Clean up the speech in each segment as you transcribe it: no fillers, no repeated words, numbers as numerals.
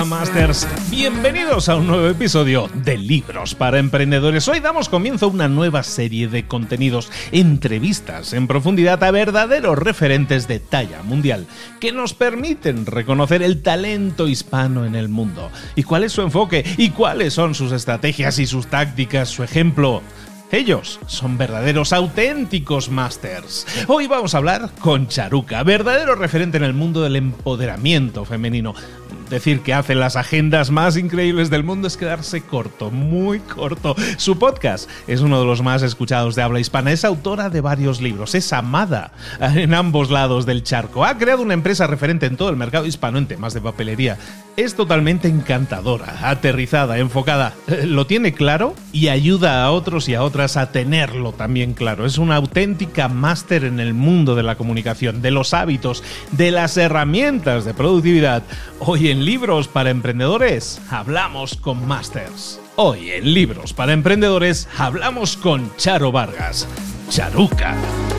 Hola Masters, bienvenidos a un nuevo episodio de Libros para Emprendedores. Hoy damos comienzo a una nueva serie de contenidos, entrevistas en profundidad a verdaderos referentes de talla mundial que nos permiten reconocer el talento hispano en el mundo y cuál es su enfoque y cuáles son sus estrategias y sus tácticas, su ejemplo. Ellos son verdaderos, auténticos masters. Hoy vamos a hablar con Charuca, verdadero referente en el mundo del empoderamiento femenino. Decir que hace las agendas más increíbles del mundo es quedarse corto, muy corto. Su podcast es uno de los más escuchados de habla hispana. Es autora de varios libros, es amada en ambos lados del charco. Ha creado una empresa referente en todo el mercado hispano en temas de papelería. Es totalmente encantadora, aterrizada, enfocada. Lo tiene claro y ayuda a otros y a otras a tenerlo también claro. Es una auténtica máster en el mundo de la comunicación, de los hábitos, de las herramientas de productividad. Hoy en Libros para Emprendedores hablamos con masters. Hoy en Libros para Emprendedores hablamos con Charo Vargas, Charuca.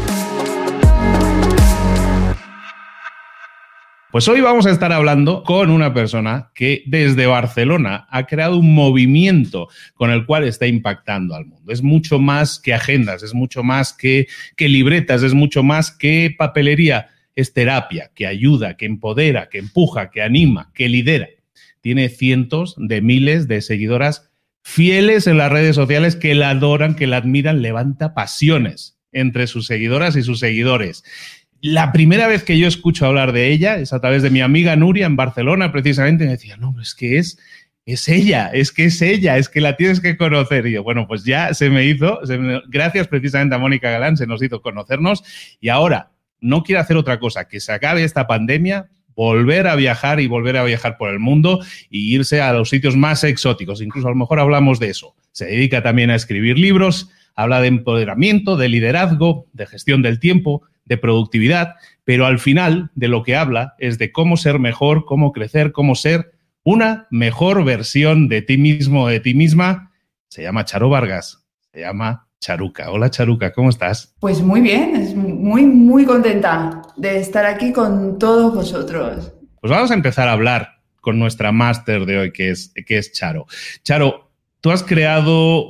Pues hoy vamos a estar hablando con una persona que desde Barcelona ha creado un movimiento con el cual está impactando al mundo. Es mucho más que agendas, es mucho más que libretas, es mucho más que papelería. Es terapia que ayuda, que empodera, que empuja, que anima, que lidera. Tiene cientos de miles de seguidoras fieles en las redes sociales que la adoran, que la admiran, levanta pasiones entre sus seguidoras y sus seguidores. La primera vez que yo escucho hablar de ella es a través de mi amiga Nuria en Barcelona, precisamente, y me decía, no, es que es ella, es que la tienes que conocer. Y yo, bueno, pues ya se me hizo, gracias precisamente a Mónica Galán, se nos hizo conocernos y ahora no quiere hacer otra cosa que se acabe esta pandemia, volver a viajar y volver a viajar por el mundo y irse a los sitios más exóticos. Incluso a lo mejor hablamos de eso. Se dedica también a escribir libros, habla de empoderamiento, de liderazgo, de gestión del tiempo, de productividad, pero al final de lo que habla es de cómo ser mejor, cómo crecer, cómo ser una mejor versión de ti mismo, de ti misma. Se llama Charo Vargas, se llama Charuca. Hola Charuca, ¿cómo estás? Pues muy bien, es muy contenta de estar aquí con todos vosotros. Pues vamos a empezar a hablar con nuestra máster de hoy, que es Charo. Charo, tú has creado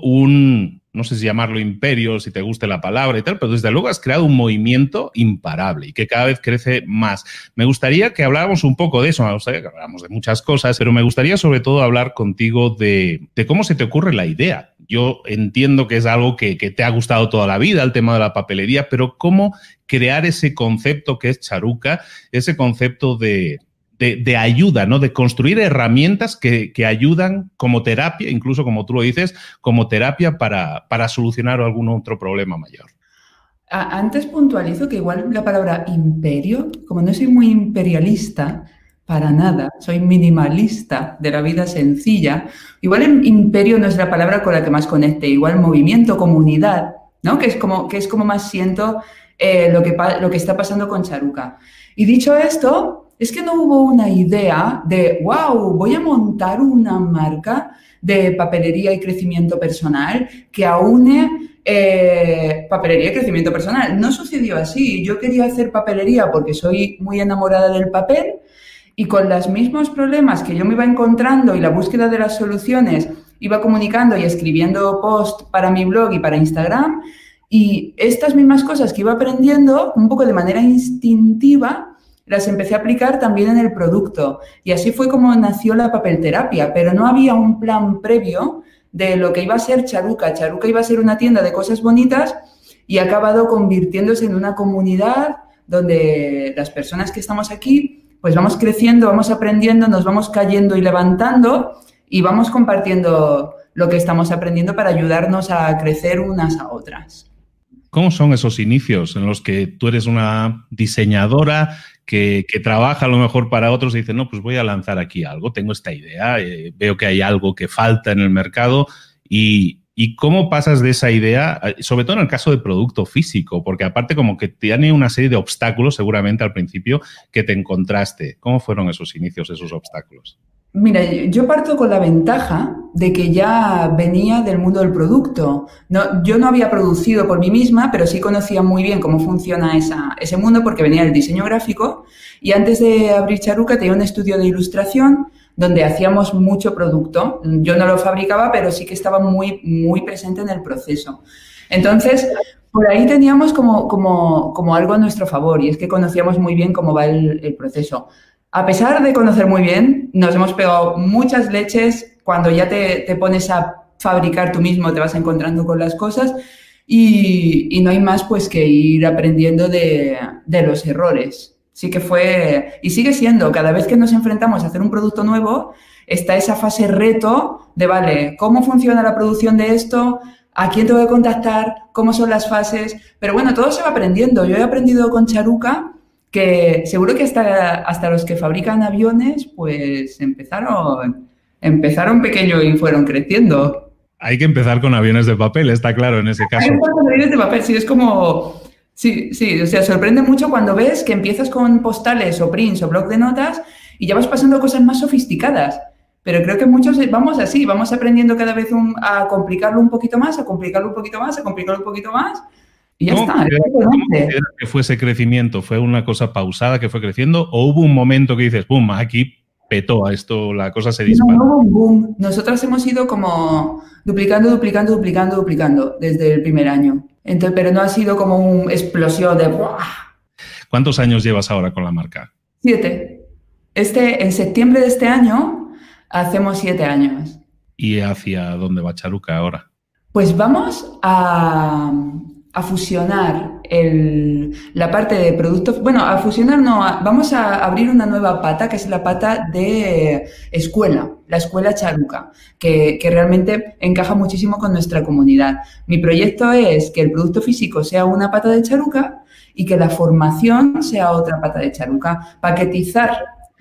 no sé si llamarlo imperio, si te guste la palabra y tal, pero desde luego has creado un movimiento imparable y que cada vez crece más. Me gustaría que habláramos un poco de eso, me gustaría que habláramos de muchas cosas, pero me gustaría sobre todo hablar contigo de cómo se te ocurre la idea. Yo entiendo que es algo que te ha gustado toda la vida, el tema de la papelería, pero cómo crear ese concepto que es Charuca, ese concepto de ayuda, ¿no? De construir herramientas que ayudan como terapia, incluso como tú lo dices, como terapia para solucionar algún otro problema mayor. Antes puntualizo que igual la palabra imperio, como no soy muy imperialista, para nada, soy minimalista de la vida sencilla, igual el imperio no es la palabra con la que más conecte, igual movimiento, comunidad, ¿no? Que es como más siento lo que está pasando con Charuca. Y dicho esto, es que no hubo una idea de, wow, voy a montar una marca de papelería y crecimiento personal que aúne papelería y crecimiento personal. No sucedió así. Yo quería hacer papelería porque soy muy enamorada del papel y con los mismos problemas que yo me iba encontrando y la búsqueda de las soluciones iba comunicando y escribiendo post para mi blog y para Instagram y estas mismas cosas que iba aprendiendo un poco de manera instintiva las empecé a aplicar también en el producto y así fue como nació la papelterapia, pero no había un plan previo de lo que iba a ser Charuca. Charuca iba a ser una tienda de cosas bonitas y ha acabado convirtiéndose en una comunidad donde las personas que estamos aquí pues vamos creciendo, vamos aprendiendo, nos vamos cayendo y levantando y vamos compartiendo lo que estamos aprendiendo para ayudarnos a crecer unas a otras. ¿Cómo son esos inicios en los que tú eres una diseñadora que trabaja a lo mejor para otros y dice, no, pues voy a lanzar aquí algo, tengo esta idea, veo que hay algo que falta en el mercado y cómo pasas de esa idea, sobre todo en el caso de producto físico, porque aparte como que tiene una serie de obstáculos seguramente al principio que te encontraste. ¿Cómo fueron esos inicios, esos obstáculos? Mira, yo parto con la ventaja de que ya venía del mundo del producto. No, yo no había producido por mí misma, pero sí conocía muy bien cómo funciona ese mundo porque venía del diseño gráfico y antes de abrir Charuca tenía un estudio de ilustración donde hacíamos mucho producto. Yo no lo fabricaba, pero sí que estaba muy, muy presente en el proceso. Entonces, por ahí teníamos como algo a nuestro favor, y es que conocíamos muy bien cómo va el proceso. A pesar de conocer muy bien, nos hemos pegado muchas leches. Cuando ya te pones a fabricar tú mismo, te vas encontrando con las cosas y no hay más pues que ir aprendiendo de los errores. Sí que fue, y sigue siendo, cada vez que nos enfrentamos a hacer un producto nuevo, está esa fase reto de, vale, ¿cómo funciona la producción de esto? ¿A quién tengo que contactar? ¿Cómo son las fases? Pero bueno, todo se va aprendiendo. Yo he aprendido con Charuca que seguro que hasta los que fabrican aviones, pues empezaron pequeño y fueron creciendo. Hay que empezar con aviones de papel, está claro en ese caso. Hay que empezar con aviones de papel, sí, es como... Sí, o sea, sorprende mucho cuando ves que empiezas con postales o prints o bloc de notas y ya vas pasando a cosas más sofisticadas. Pero creo que muchos vamos así, vamos aprendiendo cada vez a complicarlo un poquito más, a complicarlo un poquito más, a complicarlo un poquito más y ya está. ¿Cómo consideras que fue ese crecimiento? ¿Fue una cosa pausada que fue creciendo o hubo un momento que dices, pum, aquí petó a esto, la cosa se disparó? No hubo un boom. Nosotras hemos ido como duplicando desde el primer año. Entonces, pero no ha sido como una explosión de ¡buah! ¿Cuántos años llevas ahora con la marca? 7. En septiembre de este año hacemos 7 años. ¿Y hacia dónde va Charuca ahora? Pues vamos a fusionar la parte de productos. Bueno, a fusionar no, vamos a abrir una nueva pata, que es la pata de escuela, la escuela Charuca, que realmente encaja muchísimo con nuestra comunidad. Mi proyecto es que el producto físico sea una pata de Charuca y que la formación sea otra pata de Charuca. Paquetizar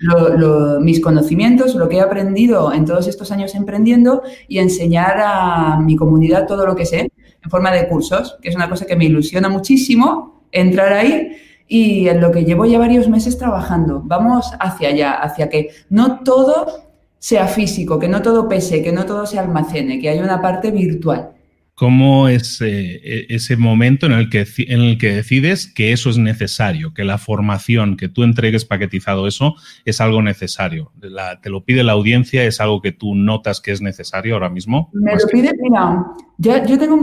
mis conocimientos, lo que he aprendido en todos estos años emprendiendo y enseñar a mi comunidad todo lo que sé en forma de cursos, que es una cosa que me ilusiona muchísimo entrar ahí y en lo que llevo ya varios meses trabajando. Vamos hacia allá, hacia que no todo sea físico, que no todo pese, que no todo se almacene, que haya una parte virtual. ¿Cómo es ese momento en el que decides que eso es necesario, que la formación, que tú entregues paquetizado eso, es algo necesario? ¿Te lo pide la audiencia? ¿Es algo que tú notas que es necesario ahora mismo? Me lo pide, mira, yo tengo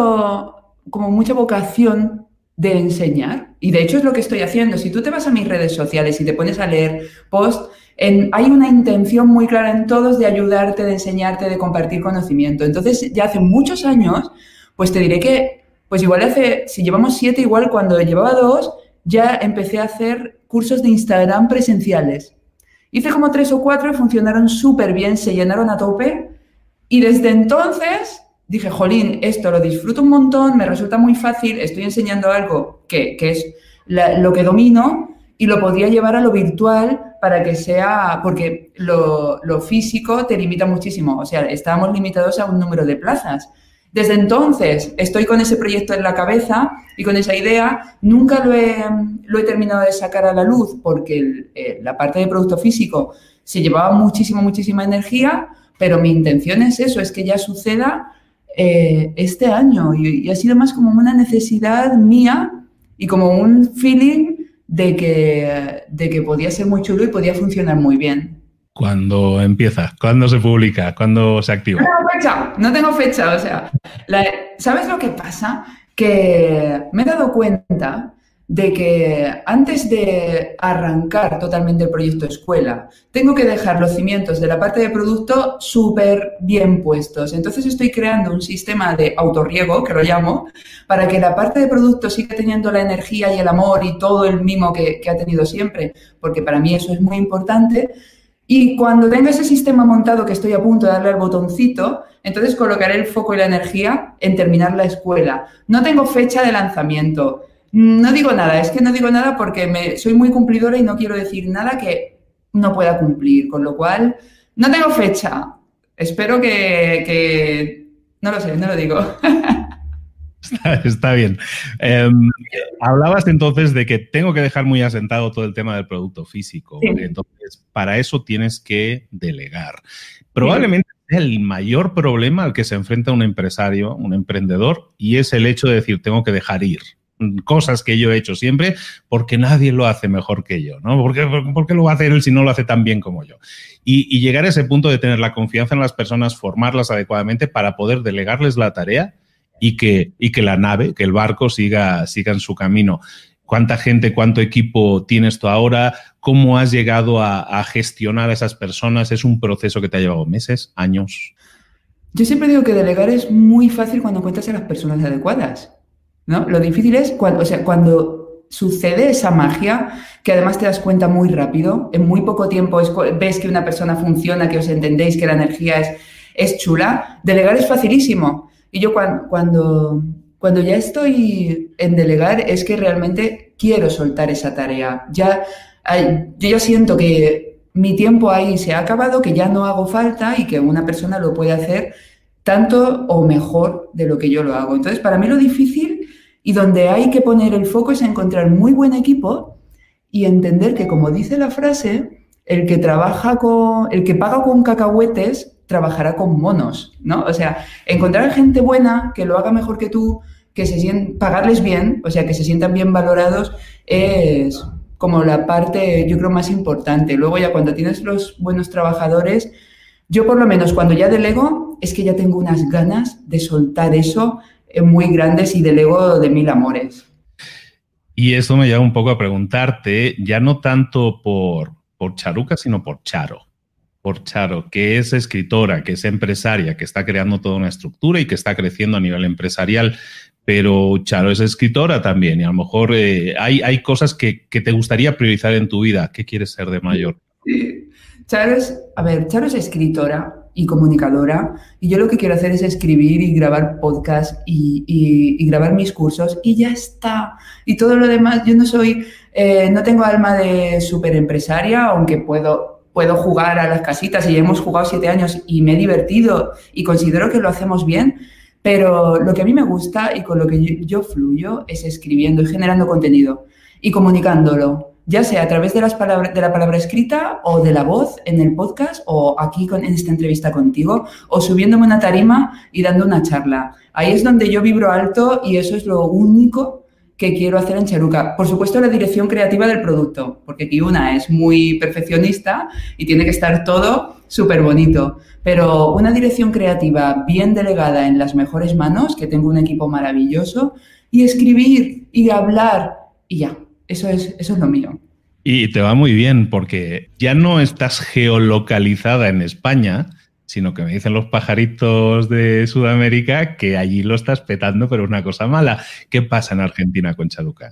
mucha vocación de enseñar y de hecho es lo que estoy haciendo. Si tú te vas a mis redes sociales y te pones a leer posts, hay una intención muy clara en todos de ayudarte, de enseñarte, de compartir conocimiento. Entonces, ya hace muchos años, pues te diré que, pues igual si llevamos 7, igual cuando llevaba 2, ya empecé a hacer cursos de Instagram presenciales. Hice como 3 o 4 y funcionaron súper bien, se llenaron a tope. Y desde entonces dije, jolín, esto lo disfruto un montón, me resulta muy fácil, estoy enseñando algo que es lo que domino y lo podría llevar a lo virtual para que sea, porque lo físico te limita muchísimo, o sea, estábamos limitados a un número de plazas. Desde entonces estoy con ese proyecto en la cabeza y con esa idea, nunca lo he terminado de sacar a la luz porque la parte de producto físico se llevaba muchísima energía, pero mi intención es eso, es que ya suceda este año y ha sido más como una necesidad mía y como un feeling de que podía ser muy chulo y podía funcionar muy bien. ¿Cuándo empieza? ¿Cuándo se publica? ¿Cuándo se activa? No tengo fecha, o sea, ¿sabes lo que pasa? Que me he dado cuenta de que antes de arrancar totalmente el proyecto escuela, tengo que dejar los cimientos de la parte de producto súper bien puestos. Entonces estoy creando un sistema de autorriego, que lo llamo, para que la parte de producto siga teniendo la energía y el amor y todo el mimo que ha tenido siempre, porque para mí eso es muy importante. Y cuando tenga ese sistema montado, que estoy a punto de darle al botoncito, entonces colocaré el foco y la energía en terminar la escuela. No tengo fecha de lanzamiento. No digo nada, es que no digo nada porque soy muy cumplidora y no quiero decir nada que no pueda cumplir, con lo cual no tengo fecha. Espero que no lo sé, no lo digo. Está bien. Hablabas entonces de que tengo que dejar muy asentado todo el tema del producto físico. Sí. Entonces, para eso tienes que delegar. Probablemente sea el mayor problema al que se enfrenta un empresario, un emprendedor, y es el hecho de decir, tengo que dejar ir. cosas que yo he hecho siempre porque nadie lo hace mejor que yo, ¿no? ¿Por qué lo va a hacer él si no lo hace tan bien como yo? Y llegar a ese punto de tener la confianza en las personas, formarlas adecuadamente para poder delegarles la tarea y que la nave, que el barco siga en su camino. ¿Cuánta gente, cuánto equipo tienes tú ahora? ¿Cómo has llegado a gestionar a esas personas? ¿Es un proceso que te ha llevado meses, años? Yo siempre digo que delegar es muy fácil cuando encuentras a las personas adecuadas, ¿no? Lo difícil es cuando sucede esa magia, que además te das cuenta muy rápido, en muy poco tiempo ves que una persona funciona, que os entendéis, que la energía es chula. Delegar es facilísimo. Y yo cuando ya estoy en delegar es que realmente quiero soltar esa tarea. Yo ya siento que mi tiempo ahí se ha acabado, que ya no hago falta y que una persona lo puede hacer tanto o mejor de lo que yo lo hago. Entonces, para mí lo difícil y donde hay que poner el foco es encontrar muy buen equipo y entender que, como dice la frase, el que paga con cacahuetes trabajará con monos, ¿no? O sea, encontrar gente buena que lo haga mejor que tú, pagarles bien, o sea, que se sientan bien valorados, es como la parte, yo creo, más importante. Luego ya cuando tienes los buenos trabajadores, yo por lo menos cuando ya delego, es que ya tengo unas ganas de soltar eso muy grandes y delego de mil amores. Y eso me lleva un poco a preguntarte, ya no tanto por Charuca, sino por Charo. Por Charo, que es escritora, que es empresaria, que está creando toda una estructura y que está creciendo a nivel empresarial. Pero Charo es escritora también y a lo mejor hay cosas que te gustaría priorizar en tu vida. ¿Qué quieres ser de mayor? Sí. Charo es escritora y comunicadora y yo lo que quiero hacer es escribir y grabar podcast y grabar mis cursos y ya está. Y todo lo demás, yo no tengo alma de súper empresaria, aunque puedo jugar a las casitas y hemos jugado 7 años y me he divertido y considero que lo hacemos bien. Pero lo que a mí me gusta y con lo que yo fluyo es escribiendo y generando contenido y comunicándolo, ya sea a través de la palabra escrita o de la voz en el podcast o aquí en esta entrevista contigo o subiéndome a una tarima y dando una charla. Ahí es donde yo vibro alto y eso es lo único que quiero hacer en Charuca. Por supuesto, la dirección creativa del producto, porque aquí una es muy perfeccionista y tiene que estar todo súper bonito. Pero una dirección creativa bien delegada en las mejores manos, que tengo un equipo maravilloso, y escribir y hablar y ya, eso es lo mío. Y te va muy bien porque ya no estás geolocalizada en España, sino que me dicen los pajaritos de Sudamérica que allí lo estás petando, pero una cosa mala. ¿Qué pasa en Argentina con Charuca?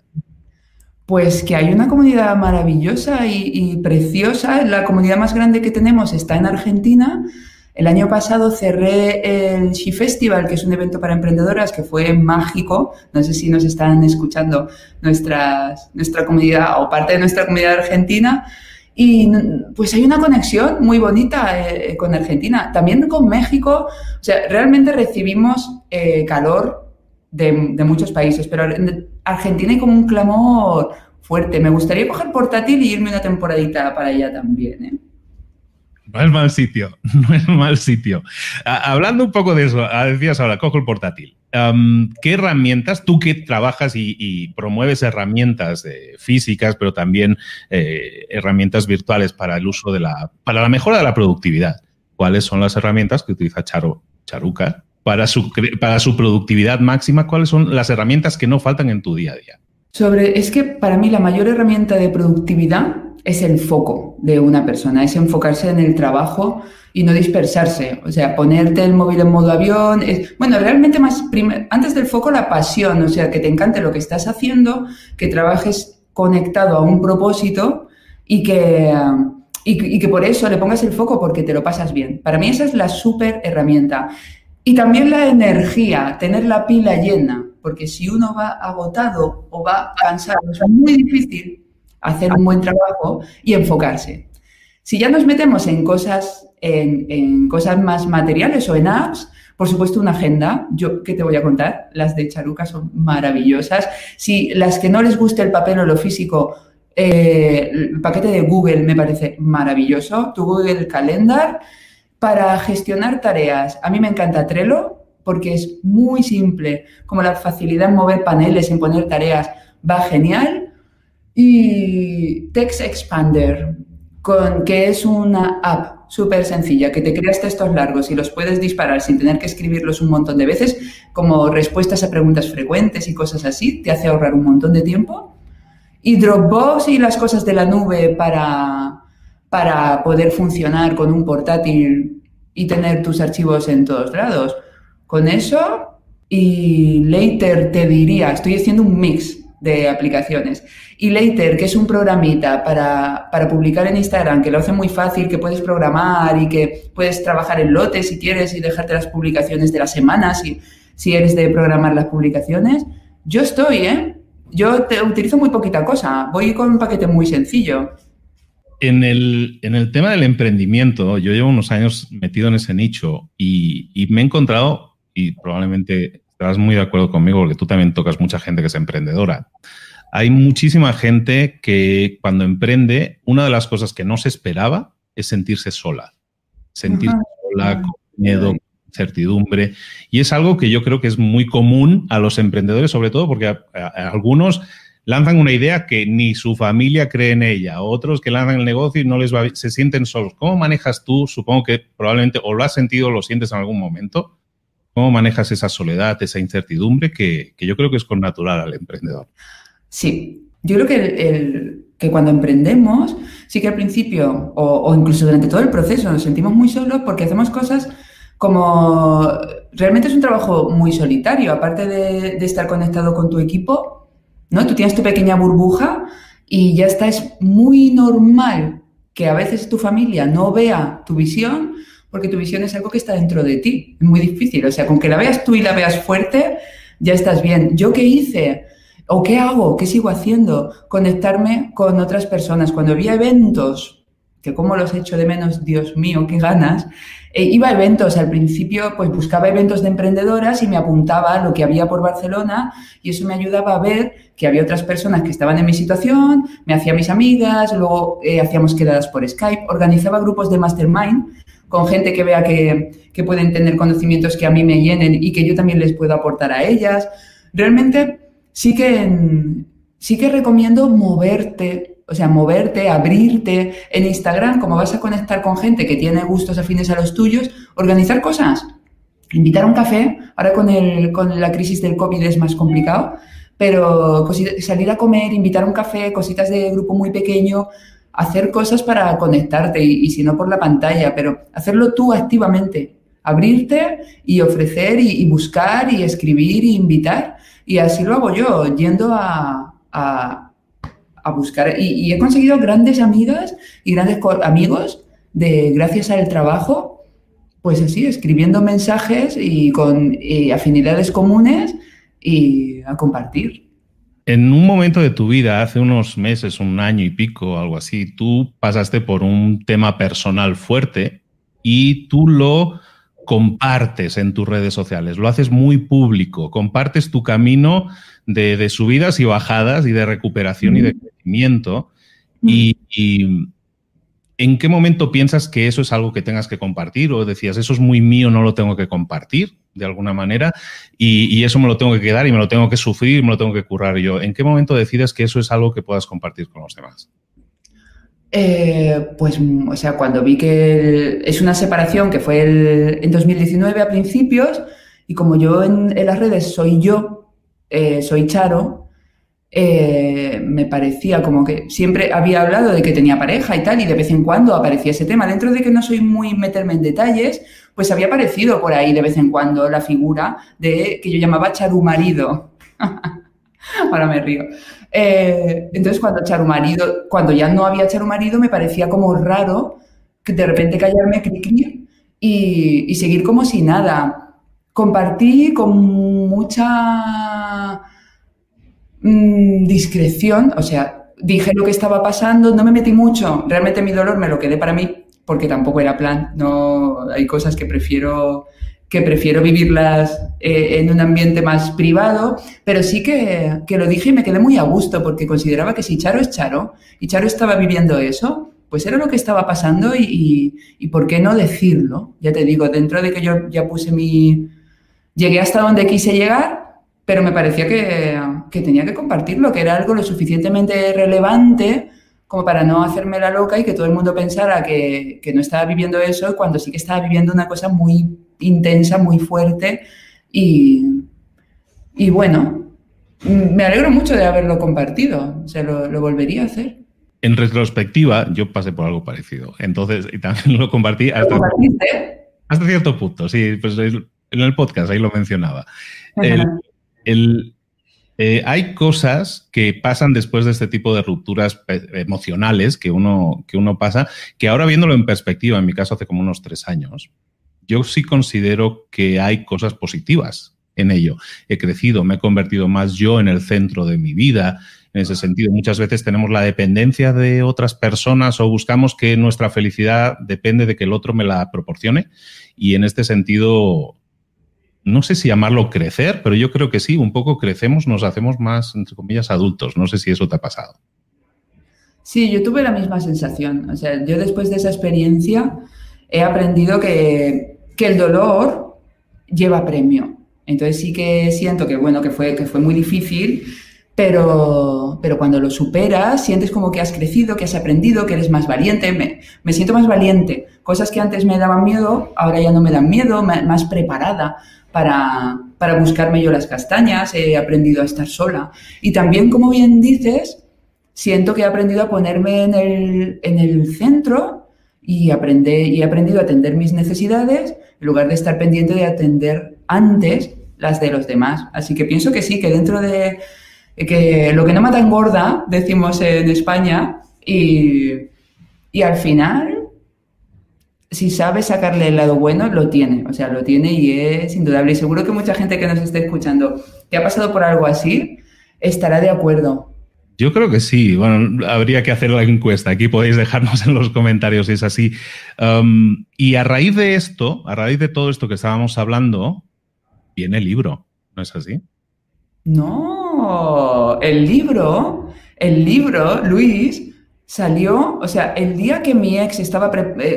Pues que hay una comunidad maravillosa y preciosa. La comunidad más grande que tenemos está en Argentina. El año pasado cerré el She Festival, que es un evento para emprendedoras que fue mágico. No sé si nos están escuchando nuestra comunidad o parte de nuestra comunidad argentina. Y pues hay una conexión muy bonita con Argentina, también con México. O sea, realmente recibimos calor de muchos países, pero en Argentina hay como un clamor fuerte. Me gustaría coger portátil y irme una temporadita para allá también, ¿eh? No es mal sitio, no es mal sitio. Hablando un poco de eso, decías ahora, cojo el portátil. ¿Qué herramientas, tú que trabajas y promueves herramientas físicas, pero también herramientas virtuales para el uso para la mejora de la productividad? ¿Cuáles son las herramientas que utiliza Charuca para su productividad máxima? ¿Cuáles son las herramientas que no faltan en tu día a día? Es que para mí la mayor herramienta de productividad es el foco de una persona, es enfocarse en el trabajo y no dispersarse. O sea, ponerte el móvil en modo avión. Realmente antes del foco, la pasión. O sea, que te encante lo que estás haciendo, que trabajes conectado a un propósito y que por eso le pongas el foco porque te lo pasas bien. Para mí esa es la súper herramienta. Y también la energía, tener la pila llena, porque si uno va agotado o va cansado, es muy difícil hacer un buen trabajo y enfocarse. Si ya nos metemos en cosas más materiales o en apps, por supuesto una agenda. ¿Qué te voy a contar? Las de Charuca son maravillosas. Si las que no les guste el papel o lo físico, el paquete de Google me parece maravilloso. Tu Google Calendar para gestionar tareas. A mí me encanta Trello porque es muy simple, como la facilidad en mover paneles, en poner tareas, va genial. Y Text Expander, que es una app súper sencilla, que te creas textos largos y los puedes disparar sin tener que escribirlos un montón de veces, como respuestas a preguntas frecuentes y cosas así, te hace ahorrar un montón de tiempo. Y Dropbox y las cosas de la nube para poder funcionar con un portátil y tener tus archivos en todos lados. Con eso, y Later te diría, estoy haciendo un mix de aplicaciones. Y Later, que es un programita para publicar en Instagram, que lo hace muy fácil, que puedes programar y que puedes trabajar en lotes si quieres y dejarte las publicaciones de la semana si eres de programar las publicaciones. Yo Yo utilizo muy poquita cosa. Voy con un paquete muy sencillo. En el tema del emprendimiento, yo llevo unos años metido en ese nicho y me he encontrado, y probablemente estarás muy de acuerdo conmigo porque tú también tocas mucha gente que es emprendedora. Hay muchísima gente que cuando emprende, una de las cosas que no se esperaba es sentirse sola. Sentirse sola, con miedo, con incertidumbre. Y es algo que yo creo que es muy común a los emprendedores, sobre todo porque a algunos lanzan una idea que ni su familia cree en ella, otros que lanzan el negocio y no les va bien, se sienten solos. ¿Cómo manejas tú? Supongo que probablemente o lo has sentido o lo sientes en algún momento. ¿Cómo manejas esa soledad, esa incertidumbre que yo creo que es connatural al emprendedor? Sí, yo creo que cuando emprendemos, sí que al principio o incluso durante todo el proceso nos sentimos muy solos porque hacemos cosas como... Realmente es un trabajo muy solitario, aparte de estar conectado con tu equipo, ¿no? Tú tienes tu pequeña burbuja y ya está, es muy normal que a veces tu familia no vea tu visión porque tu visión es algo que está dentro de ti. Es muy difícil, o sea, con que la veas tú y la veas fuerte, ya estás bien. ¿Yo qué hice? ¿O qué hago? ¿Qué sigo haciendo? Conectarme con otras personas. Cuando había eventos, que como los echo de menos, Dios mío, qué ganas, iba a eventos. Al principio, pues buscaba eventos de emprendedoras y me apuntaba a lo que había por Barcelona y eso me ayudaba a ver que había otras personas que estaban en mi situación, me hacía mis amigas, luego hacíamos quedadas por Skype, organizaba grupos de mastermind con gente que vea que pueden tener conocimientos que a mí me llenen y que yo también les puedo aportar a ellas. Realmente sí que recomiendo moverte, abrirte en Instagram, como vas a conectar con gente que tiene gustos afines a los tuyos, organizar cosas, invitar a un café. Ahora con la crisis del COVID es más complicado, pero salir a comer, invitar a un café, cositas de grupo muy pequeño, hacer cosas para conectarte y si no por la pantalla, pero hacerlo tú activamente, abrirte y ofrecer y buscar y escribir y invitar. Y así lo hago yo, yendo a buscar. Y he conseguido grandes amigas y grandes amigos gracias al trabajo, pues así, escribiendo mensajes y con afinidades comunes y a compartir. En un momento de tu vida, hace unos meses, un año y pico, algo así, tú pasaste por un tema personal fuerte y tú lo compartes en tus redes sociales, lo haces muy público, compartes tu camino de subidas y bajadas y de recuperación y de crecimiento. Y ¿en qué momento piensas que eso es algo que tengas que compartir? O decías, eso es muy mío, no lo tengo que compartir de alguna manera y eso me lo tengo que quedar y me lo tengo que sufrir y me lo tengo que currar yo. ¿En qué momento decides que eso es algo que puedas compartir con los demás? Pues, o sea, cuando vi que es una separación que fue en 2019 a principios y como yo en las redes soy Charo, me parecía como que siempre había hablado de que tenía pareja y tal, y de vez en cuando aparecía ese tema. Dentro de que no soy muy meterme en detalles, pues había aparecido por ahí de vez en cuando la figura que yo llamaba Charu marido. Ahora me río. Entonces, cuando ya no había Charu marido, me parecía como raro que de repente callarme cri-cri y seguir como si nada. Compartí con mucha discreción, o sea, dije lo que estaba pasando, no me metí mucho, realmente mi dolor me lo quedé para mí, porque tampoco era plan, no, hay cosas que prefiero vivirlas en un ambiente más privado, pero sí que lo dije y me quedé muy a gusto, porque consideraba que si Charo es Charo, y Charo estaba viviendo eso, pues era lo que estaba pasando y ¿por qué no decirlo? Ya te digo, dentro de que yo ya puse mi Llegué hasta donde quise llegar, pero me parecía que tenía que compartirlo, que era algo lo suficientemente relevante como para no hacerme la loca y que todo el mundo pensara que no estaba viviendo eso cuando sí que estaba viviendo una cosa muy intensa, muy fuerte y bueno, me alegro mucho de haberlo compartido, o sea, lo volvería a hacer. En retrospectiva, yo pasé por algo parecido, entonces, y también lo compartí hasta cierto punto, sí, pues en el podcast, ahí lo mencionaba. Hay cosas que pasan después de este tipo de rupturas emocionales que uno pasa, que ahora viéndolo en perspectiva, en mi caso hace como unos 3 años, yo sí considero que hay cosas positivas en ello. He crecido, me he convertido más yo en el centro de mi vida. En ese sentido, muchas veces tenemos la dependencia de otras personas o buscamos que nuestra felicidad depende de que el otro me la proporcione. Y en este sentido, no sé si llamarlo crecer, pero yo creo que sí, un poco crecemos, nos hacemos más, entre comillas, adultos. No sé si eso te ha pasado. Sí, yo tuve la misma sensación. O sea, yo después de esa experiencia he aprendido que el dolor lleva premio. Entonces sí que siento que, bueno, que fue muy difícil, pero cuando lo superas sientes como que has crecido, que has aprendido, que eres más valiente. Me siento más valiente. Cosas que antes me daban miedo, ahora ya no me dan miedo, más preparada para buscarme yo las castañas. He aprendido a estar sola. Y también, como bien dices, siento que he aprendido a ponerme en el centro y he aprendido a atender mis necesidades en lugar de estar pendiente de atender antes las de los demás. Así que pienso que sí, que dentro de que lo que no mata engorda, decimos en España, y al final, si sabes sacarle el lado bueno, lo tiene. O sea, lo tiene y es indudable. Y seguro que mucha gente que nos esté escuchando que ha pasado por algo así estará de acuerdo. Yo creo que sí. Bueno, habría que hacer la encuesta. Aquí podéis dejarnos en los comentarios si es así. Y a raíz de esto, a raíz de todo esto que estábamos hablando, viene el libro. ¿No es así? No, el libro, Luis, salió, o sea, el día que mi ex estaba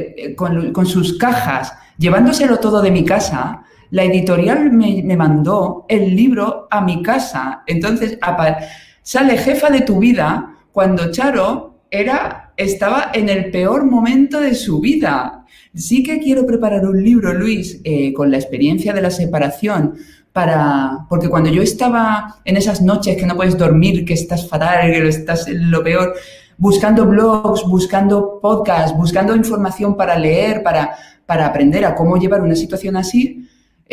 con sus cajas, llevándoselo todo de mi casa, la editorial me mandó el libro a mi casa. Entonces, sale Jefa de tu vida cuando Charo estaba en el peor momento de su vida. Sí que quiero preparar un libro, Luis, con la experiencia de la separación, porque cuando yo estaba en esas noches que no puedes dormir, que estás fatal, que estás en lo peor, buscando blogs, buscando podcasts, buscando información para leer, para aprender a cómo llevar una situación así,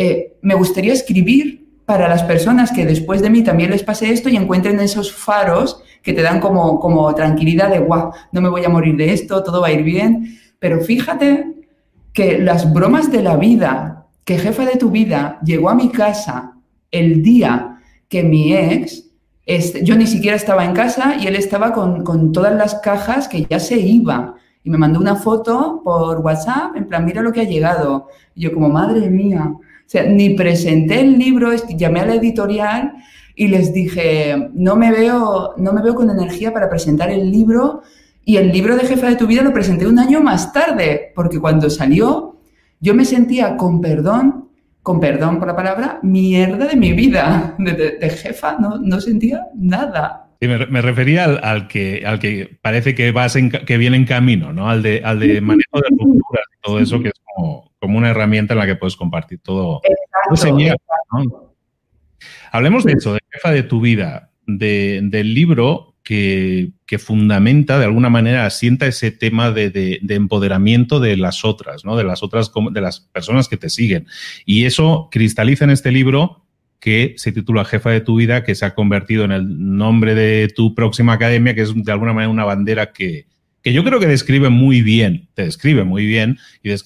me gustaría escribir para las personas que después de mí también les pase esto y encuentren esos faros que te dan como tranquilidad de guau, no me voy a morir de esto, todo va a ir bien. Pero fíjate que las bromas de la vida, que Jefa de tu vida llegó a mi casa el día que mi ex, yo ni siquiera estaba en casa y él estaba con todas las cajas que ya se iba. Y me mandó una foto por WhatsApp, en plan, mira lo que ha llegado. Y yo como, madre mía. O sea, ni presenté el libro, llamé a la editorial y les dije, no me veo con energía para presentar el libro. Y el libro de Jefa de tu vida lo presenté un año más tarde, porque cuando salió yo me sentía, con perdón por la palabra, mierda de mi vida. De jefa no sentía nada. Sí, me refería al que parece que viene en camino, ¿no? Al de manejo de rupturas y todo eso, que es como una herramienta en la que puedes compartir todo. Exacto. ¿No? Hablemos de eso, de Jefa de tu vida, del libro que fundamenta, de alguna manera, asienta ese tema de empoderamiento de las otras, ¿no? De las personas que te siguen. Y eso cristaliza en este libro que se titula Jefa de tu vida, que se ha convertido en el nombre de tu próxima academia, que es de alguna manera una bandera que yo creo que describe muy bien y describe muy bien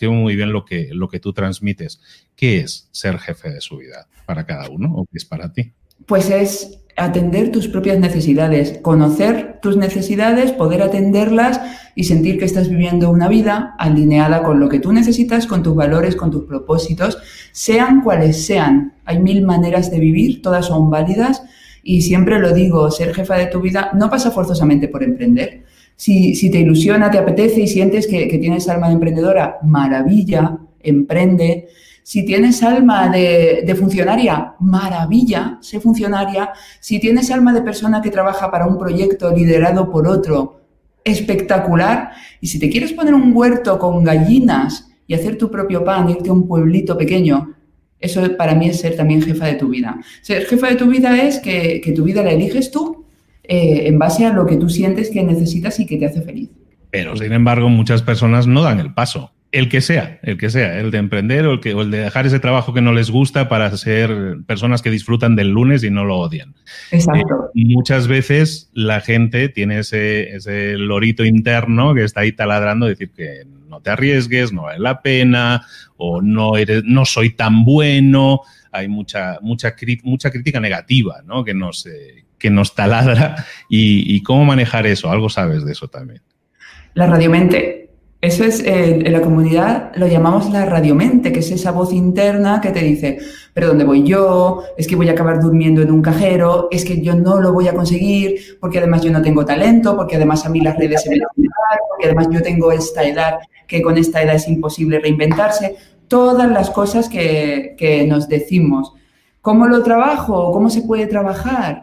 lo que tú transmites. ¿Qué es ser jefe de su vida para cada uno o qué es para ti? Pues es atender tus propias necesidades, conocer tus necesidades, poder atenderlas y sentir que estás viviendo una vida alineada con lo que tú necesitas, con tus valores, con tus propósitos, sean cuales sean. Hay 1000 maneras de vivir, todas son válidas y siempre lo digo, ser jefa de tu vida no pasa forzosamente por emprender. Si te ilusiona, te apetece y sientes que tienes alma de emprendedora, maravilla, emprende. Si tienes alma de funcionaria, maravilla, sé funcionaria. Si tienes alma de persona que trabaja para un proyecto liderado por otro, espectacular. Y si te quieres poner un huerto con gallinas y hacer tu propio pan, irte a un pueblito pequeño, eso para mí es ser también jefa de tu vida. Ser jefa de tu vida es que tu vida la eliges tú en base a lo que tú sientes que necesitas y que te hace feliz. Pero, sin embargo, muchas personas no dan el paso. El que sea, el de emprender o el de dejar ese trabajo que no les gusta para ser personas que disfrutan del lunes y no lo odian. Exacto. Muchas veces la gente tiene ese lorito interno que está ahí taladrando, decir que no te arriesgues, no vale la pena, o no soy tan bueno. Hay mucha crítica negativa, ¿no? que nos taladra. ¿Y cómo manejar eso? Algo sabes de eso también. La radiomente. Eso es, en la comunidad lo llamamos la radiomente, que es esa voz interna que te dice, pero ¿dónde voy yo? Es que voy a acabar durmiendo en un cajero, es que yo no lo voy a conseguir, porque además yo no tengo talento, porque además a mí las redes se me van a pegar, porque además yo tengo esta edad, que con esta edad es imposible reinventarse. Todas las cosas que nos decimos. ¿Cómo lo trabajo? ¿Cómo se puede trabajar?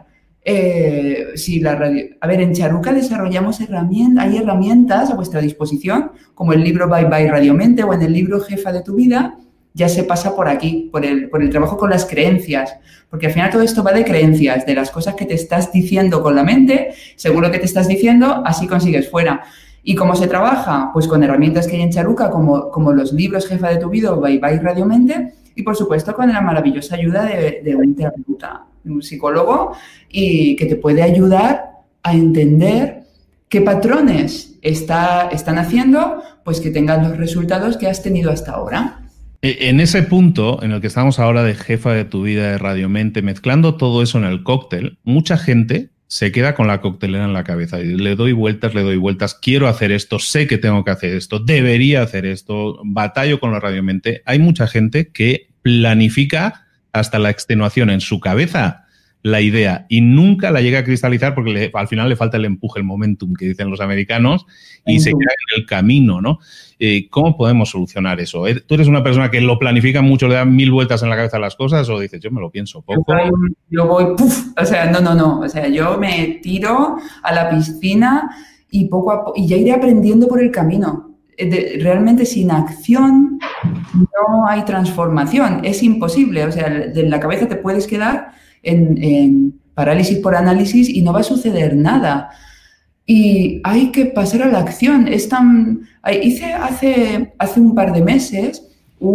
A ver, en Charuca desarrollamos hay herramientas a vuestra disposición, como el libro Bye Bye Radiomente o en el libro Jefa de tu Vida, ya se pasa por aquí, por el trabajo con las creencias, porque al final todo esto va de creencias, de las cosas que te estás diciendo con la mente, según lo que te estás diciendo, así consigues fuera. ¿Y cómo se trabaja? Pues con herramientas que hay en Charuca, como los libros Jefa de tu Vida o Bye Bye Radiomente, y por supuesto con la maravillosa ayuda de un terapeuta, de un psicólogo, y que te puede ayudar a entender qué patrones están haciendo, pues que tengan los resultados que has tenido hasta ahora. En ese punto en el que estamos ahora de jefa de tu vida, de Radiomente, mezclando todo eso en el cóctel, mucha gente se queda con la coctelera en la cabeza y le doy vueltas, quiero hacer esto, sé que tengo que hacer esto, debería hacer esto, batallo con la Radiomente. Hay mucha gente que planifica hasta la extenuación en su cabeza la idea y nunca la llega a cristalizar porque al final le falta el empuje, el momentum que dicen los americanos y se queda en el camino, ¿no? ¿Cómo podemos solucionar eso? ¿Tú eres una persona que lo planifica mucho, le da 1000 vueltas en la cabeza a las cosas o dices, yo me lo pienso poco? Yo voy, ¡puf! O sea, no. O sea, yo me tiro a la piscina y poco a poco, y ya iré aprendiendo por el camino. Realmente sin acción no hay transformación, es imposible. O sea, de la cabeza te puedes quedar en parálisis por análisis y no va a suceder nada. Y hay que pasar a la acción. Hice hace un par de meses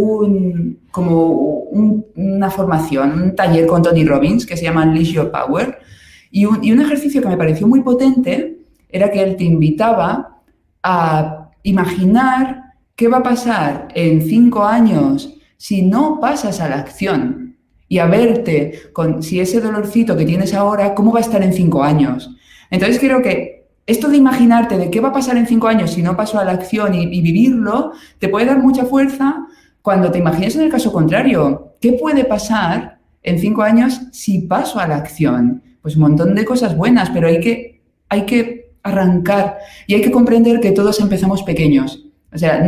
una formación, un taller con Tony Robbins que se llama Unleash Your Power. Y un ejercicio que me pareció muy potente era que él te invitaba a imaginar qué va a pasar en 5 años si no pasas a la acción. Y a verte si ese dolorcito que tienes ahora, ¿cómo va a estar en 5 años? Entonces creo que esto de imaginarte de qué va a pasar en 5 años si no paso a la acción y vivirlo, te puede dar mucha fuerza cuando te imagines en el caso contrario. ¿Qué puede pasar en 5 años si paso a la acción? Pues un montón de cosas buenas, pero hay que arrancar y hay que comprender que todos empezamos pequeños. O sea,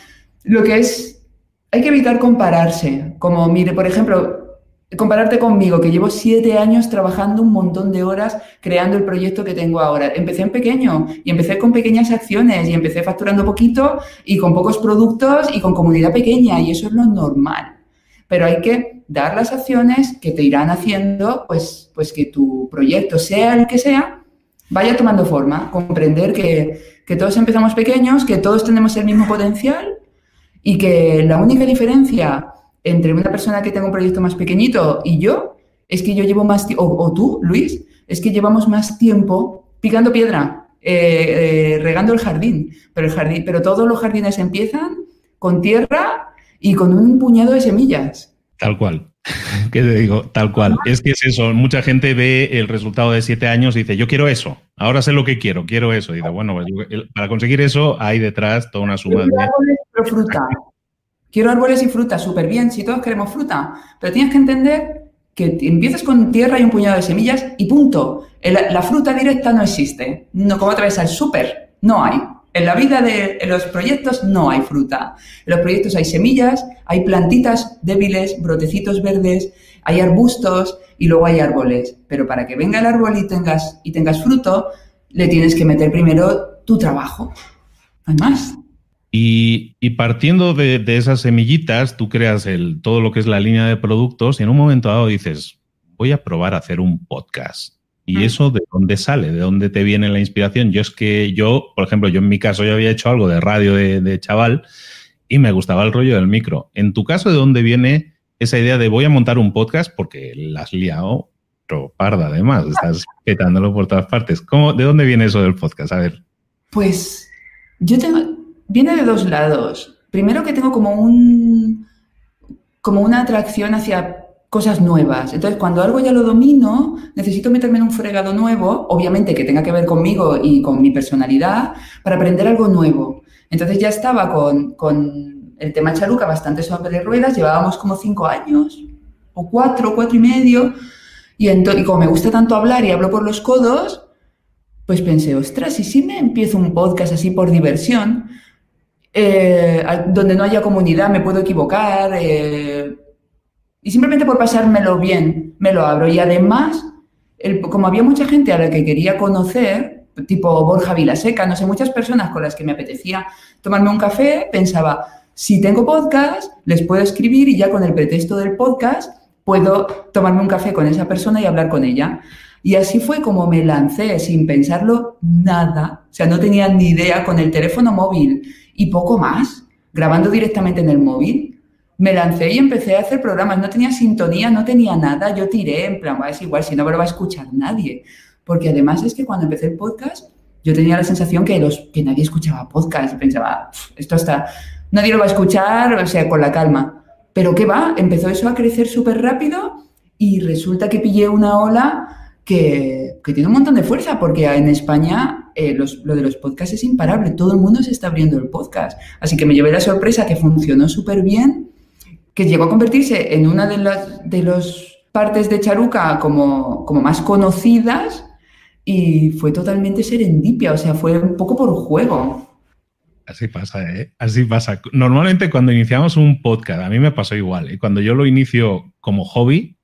hay que evitar compararse. Como, mire, por ejemplo, compararte conmigo, que llevo 7 años trabajando un montón de horas creando el proyecto que tengo ahora. Empecé en pequeño y empecé con pequeñas acciones y empecé facturando poquito y con pocos productos y con comunidad pequeña y eso es lo normal. Pero hay que dar las acciones que te irán haciendo pues que tu proyecto, sea el que sea, vaya tomando forma. Comprender que todos empezamos pequeños, que todos tenemos el mismo potencial y que la única diferencia entre una persona que tenga un proyecto más pequeñito y yo, es que yo llevo más tiempo, o tú, Luis, es que llevamos más tiempo picando piedra, regando el jardín. Pero todos los jardines empiezan con tierra y con un puñado de semillas. Tal cual. ¿Qué te digo? Tal cual. Es que es eso. Mucha gente ve el resultado de 7 años y dice, yo quiero eso. Ahora sé lo que quiero eso. Y dice, bueno, para conseguir eso hay detrás toda una suma de... fruta. Quiero árboles y fruta, súper bien, si todos queremos fruta, pero tienes que entender que empiezas con tierra y un puñado de semillas y punto. La fruta directa no existe. No, como otra vez al súper, no hay. En la vida en los proyectos no hay fruta. En los proyectos hay semillas, hay plantitas débiles, brotecitos verdes, hay arbustos y luego hay árboles. Pero para que venga el árbol y tengas fruto, le tienes que meter primero tu trabajo. No hay más. Y partiendo de esas semillitas, tú creas todo lo que es la línea de productos y en un momento dado dices, voy a probar a hacer un podcast. ¿Y eso de dónde sale? ¿De dónde te viene la inspiración? Por ejemplo, yo en mi caso yo había hecho algo de radio de chaval y me gustaba el rollo del micro. En tu caso, ¿de dónde viene esa idea de voy a montar un podcast? Porque la has liado parda además, estás petándolo por todas partes. ¿De dónde viene eso del podcast? A ver. Pues viene de dos lados. Primero que tengo como una atracción hacia cosas nuevas. Entonces, cuando algo ya lo domino, necesito meterme en un fregado nuevo, obviamente que tenga que ver conmigo y con mi personalidad, para aprender algo nuevo. Entonces ya estaba con el tema charuca bastante sobre ruedas, llevábamos como 5 años, o 4 y medio, y como me gusta tanto hablar y hablo por los codos, pues pensé, ostras, ¿y si me empiezo un podcast así por diversión, donde no haya comunidad, me puedo equivocar, y simplemente por pasármelo bien, me lo abro. Y además, como había mucha gente a la que quería conocer, tipo Borja Vilaseca, no sé, muchas personas con las que me apetecía tomarme un café, pensaba, si tengo podcast, les puedo escribir y ya con el pretexto del podcast puedo tomarme un café con esa persona y hablar con ella. Y así fue como me lancé, sin pensarlo nada. O sea, no tenía ni idea, con el teléfono móvil y poco más, grabando directamente en el móvil. Me lancé y empecé a hacer programas. No tenía sintonía, no tenía nada. Yo tiré, en plan, es igual, si no me lo va a escuchar nadie. Porque además es que cuando empecé el podcast, yo tenía la sensación que nadie escuchaba podcast. Y pensaba, nadie lo va a escuchar, o sea, con la calma. Pero ¿qué va? Empezó eso a crecer súper rápido y resulta que pillé una ola que tiene un montón de fuerza, porque en España lo de los podcasts es imparable. Todo el mundo se está abriendo el podcast. Así que me llevé la sorpresa que funcionó súper bien, que llegó a convertirse en una de las partes de Charuca como más conocidas, y fue totalmente serendipia, o sea, fue un poco por juego. Así pasa, ¿eh? Así pasa. Normalmente cuando iniciamos un podcast, a mí me pasó igual, ¿eh? Cuando yo lo inicio como hobby,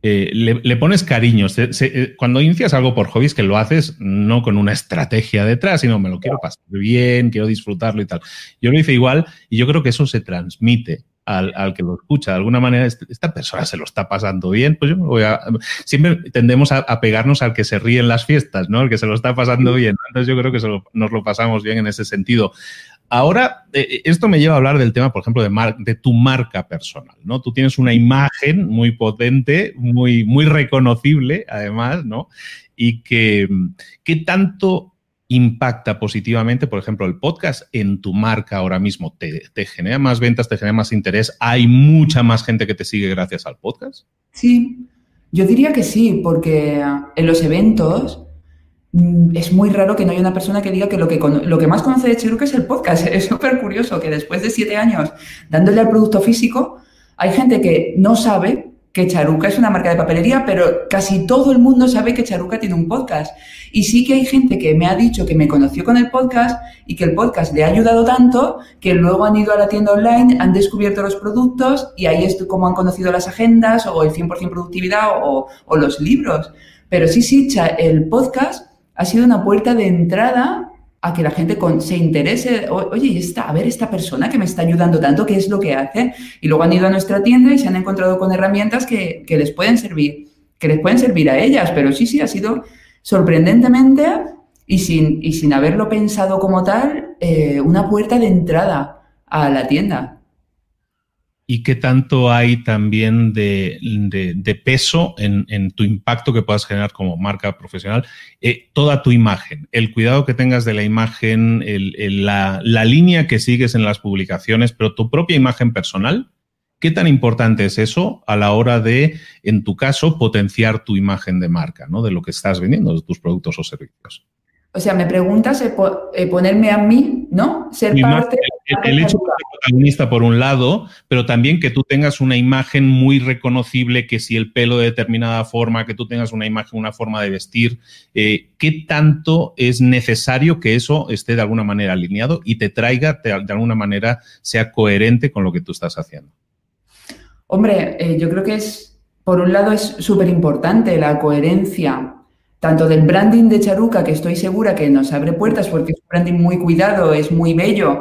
le pones cariño. Cuando inicias algo por hobby es que lo haces no con una estrategia detrás, sino me lo quiero pasar bien, quiero disfrutarlo y tal. Yo lo hice igual y yo creo que eso se transmite al que lo escucha. De alguna manera, esta persona se lo está pasando bien, pues yo siempre tendemos a pegarnos al que se ríe en las fiestas, ¿no? El que se lo está pasando bien. Entonces yo creo que nos lo pasamos bien en ese sentido. Ahora, esto me lleva a hablar del tema, por ejemplo, de tu marca personal, ¿no? Tú tienes una imagen muy potente, muy, muy reconocible, además, ¿no? Y ¿qué tanto impacta positivamente, por ejemplo, el podcast en tu marca ahora mismo? ¿Te genera más ventas, te genera más interés? ¿Hay mucha más gente que te sigue gracias al podcast? Sí, yo diría que sí, porque en los eventos es muy raro que no haya una persona que diga que lo que más conoce de Charuca es el podcast. Es súper curioso que después de 7 años dándole al producto físico, hay gente que no sabe que Charuca es una marca de papelería, pero casi todo el mundo sabe que Charuca tiene un podcast. Y sí que hay gente que me ha dicho que me conoció con el podcast y que el podcast le ha ayudado tanto que luego han ido a la tienda online, han descubierto los productos y ahí es como han conocido las agendas o el 100% productividad o los libros. Pero sí, el podcast ha sido una puerta de entrada a que la gente se interese. Oye, esta persona que me está ayudando tanto, ¿qué es lo que hace? Y luego han ido a nuestra tienda y se han encontrado con herramientas que les pueden servir a ellas. Pero sí, ha sido sorprendentemente y sin haberlo pensado como tal, una puerta de entrada a la tienda. ¿Y qué tanto hay también de peso en tu impacto que puedas generar como marca profesional? Toda tu imagen, el cuidado que tengas de la imagen, la línea que sigues en las publicaciones, pero tu propia imagen personal, ¿qué tan importante es eso a la hora de, en tu caso, potenciar tu imagen de marca, ¿no? De lo que estás vendiendo, de tus productos o servicios? O sea, me preguntas ponerme a mí, ¿no? Ser tu parte... el hecho de ser protagonista por un lado, pero también que tú tengas una imagen muy reconocible, que si el pelo de determinada forma, que tú tengas una imagen, una forma de vestir, ¿qué tanto es necesario que eso esté de alguna manera alineado y te traiga, de alguna manera, sea coherente con lo que tú estás haciendo? Hombre, yo creo que por un lado es súper importante la coherencia tanto del branding de Charuca, que estoy segura que nos abre puertas porque es un branding muy cuidado, es muy bello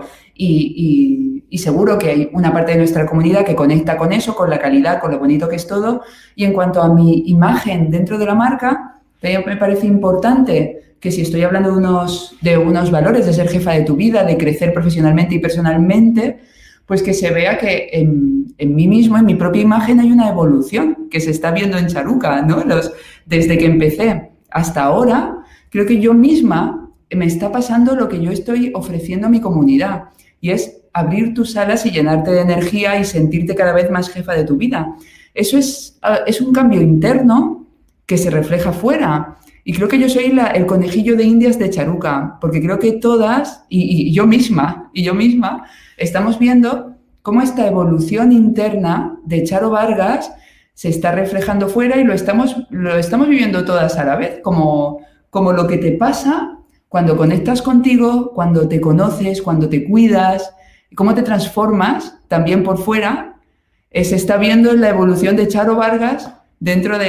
y seguro que hay una parte de nuestra comunidad que conecta con eso, con la calidad, con lo bonito que es todo. Y en cuanto a mi imagen dentro de la marca, me parece importante que si estoy hablando de unos valores, de ser jefa de tu vida, de crecer profesionalmente y personalmente, pues que se vea que en mí mismo, en mi propia imagen, hay una evolución que se está viendo en Charuca, ¿no? Desde que empecé hasta ahora, creo que yo misma me está pasando lo que yo estoy ofreciendo a mi comunidad, y es abrir tus alas y llenarte de energía y sentirte cada vez más jefa de tu vida. Eso es un cambio interno que se refleja fuera. Y creo que yo soy el conejillo de Indias de Charuca, porque creo que todas, y yo misma, estamos viendo cómo esta evolución interna de Charo Vargas se está reflejando fuera y lo estamos viviendo todas a la vez, como lo que te pasa cuando conectas contigo, cuando te conoces, cuando te cuidas, cómo te transformas también por fuera, se está viendo la evolución de Charo Vargas dentro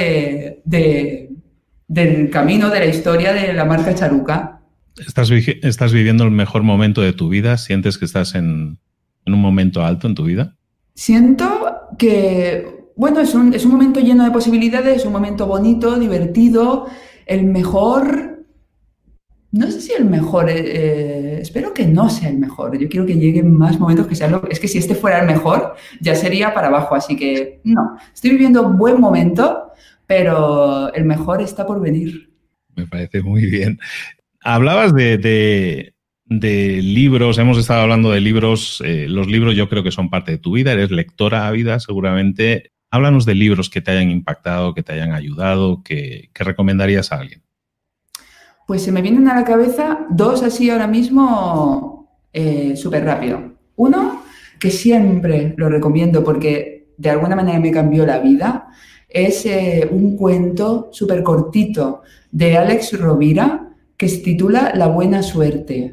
del camino, de la historia de la marca Charuca. ¿Estás viviendo el mejor momento de tu vida? ¿Sientes que estás en un momento alto en tu vida? Siento que, bueno, es un momento lleno de posibilidades, un momento bonito, divertido, el mejor, no sé si el mejor, espero que no sea el mejor, yo quiero que lleguen más momentos que sean es que si este fuera el mejor, ya sería para abajo, así que no, estoy viviendo un buen momento, pero el mejor está por venir. Me parece muy bien. Hablabas de libros, hemos estado hablando de libros, los libros yo creo que son parte de tu vida, eres lectora ávida seguramente. Háblanos de libros que te hayan impactado, que te hayan ayudado, que recomendarías a alguien. Pues se me vienen a la cabeza dos así ahora mismo súper rápido. Uno, que siempre lo recomiendo porque de alguna manera me cambió la vida, es un cuento súper cortito de Alex Rovira que se titula La buena suerte.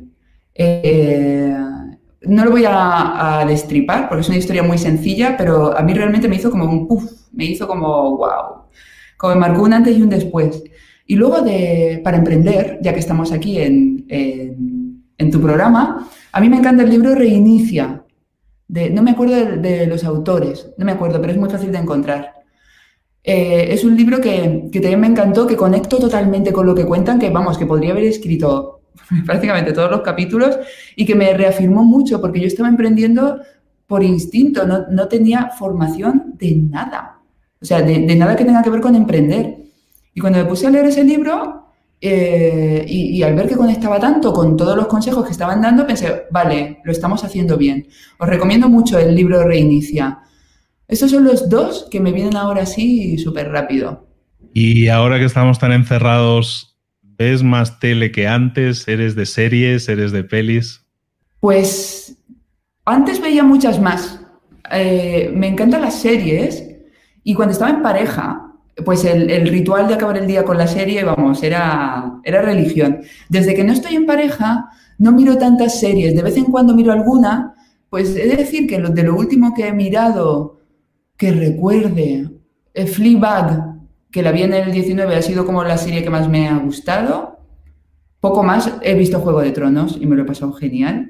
No lo voy a destripar porque es una historia muy sencilla, pero a mí realmente me hizo como un puff, me hizo como wow, como me marcó un antes y un después. Y luego para emprender, ya que estamos aquí en tu programa, a mí me encanta el libro Reinicia. No me acuerdo de los autores, no me acuerdo, pero es muy fácil de encontrar. Es un libro que también me encantó, que conecto totalmente con lo que cuentan, que vamos, que podría haber escrito prácticamente todos los capítulos y que me reafirmó mucho porque yo estaba emprendiendo por instinto, no tenía formación de nada, o sea, de nada que tenga que ver con emprender. Y cuando me puse a leer ese libro y al ver que conectaba tanto con todos los consejos que estaban dando, pensé, vale, lo estamos haciendo bien. Os recomiendo mucho el libro Reinicia. Estos son los dos que me vienen ahora así súper rápido. Y ahora que estamos tan encerrados, ¿ves más tele que antes? ¿Eres de series? ¿Eres de pelis? Pues antes veía muchas más. Me encantan las series y cuando estaba en pareja, pues el ritual de acabar el día con la serie, vamos, era religión. Desde que no estoy en pareja, no miro tantas series. De vez en cuando miro alguna. Pues he de decir que de lo último que he mirado, que recuerde, Fleabag, que la vi en el 19, ha sido como la serie que más me ha gustado. Poco más, he visto Juego de Tronos y me lo he pasado genial.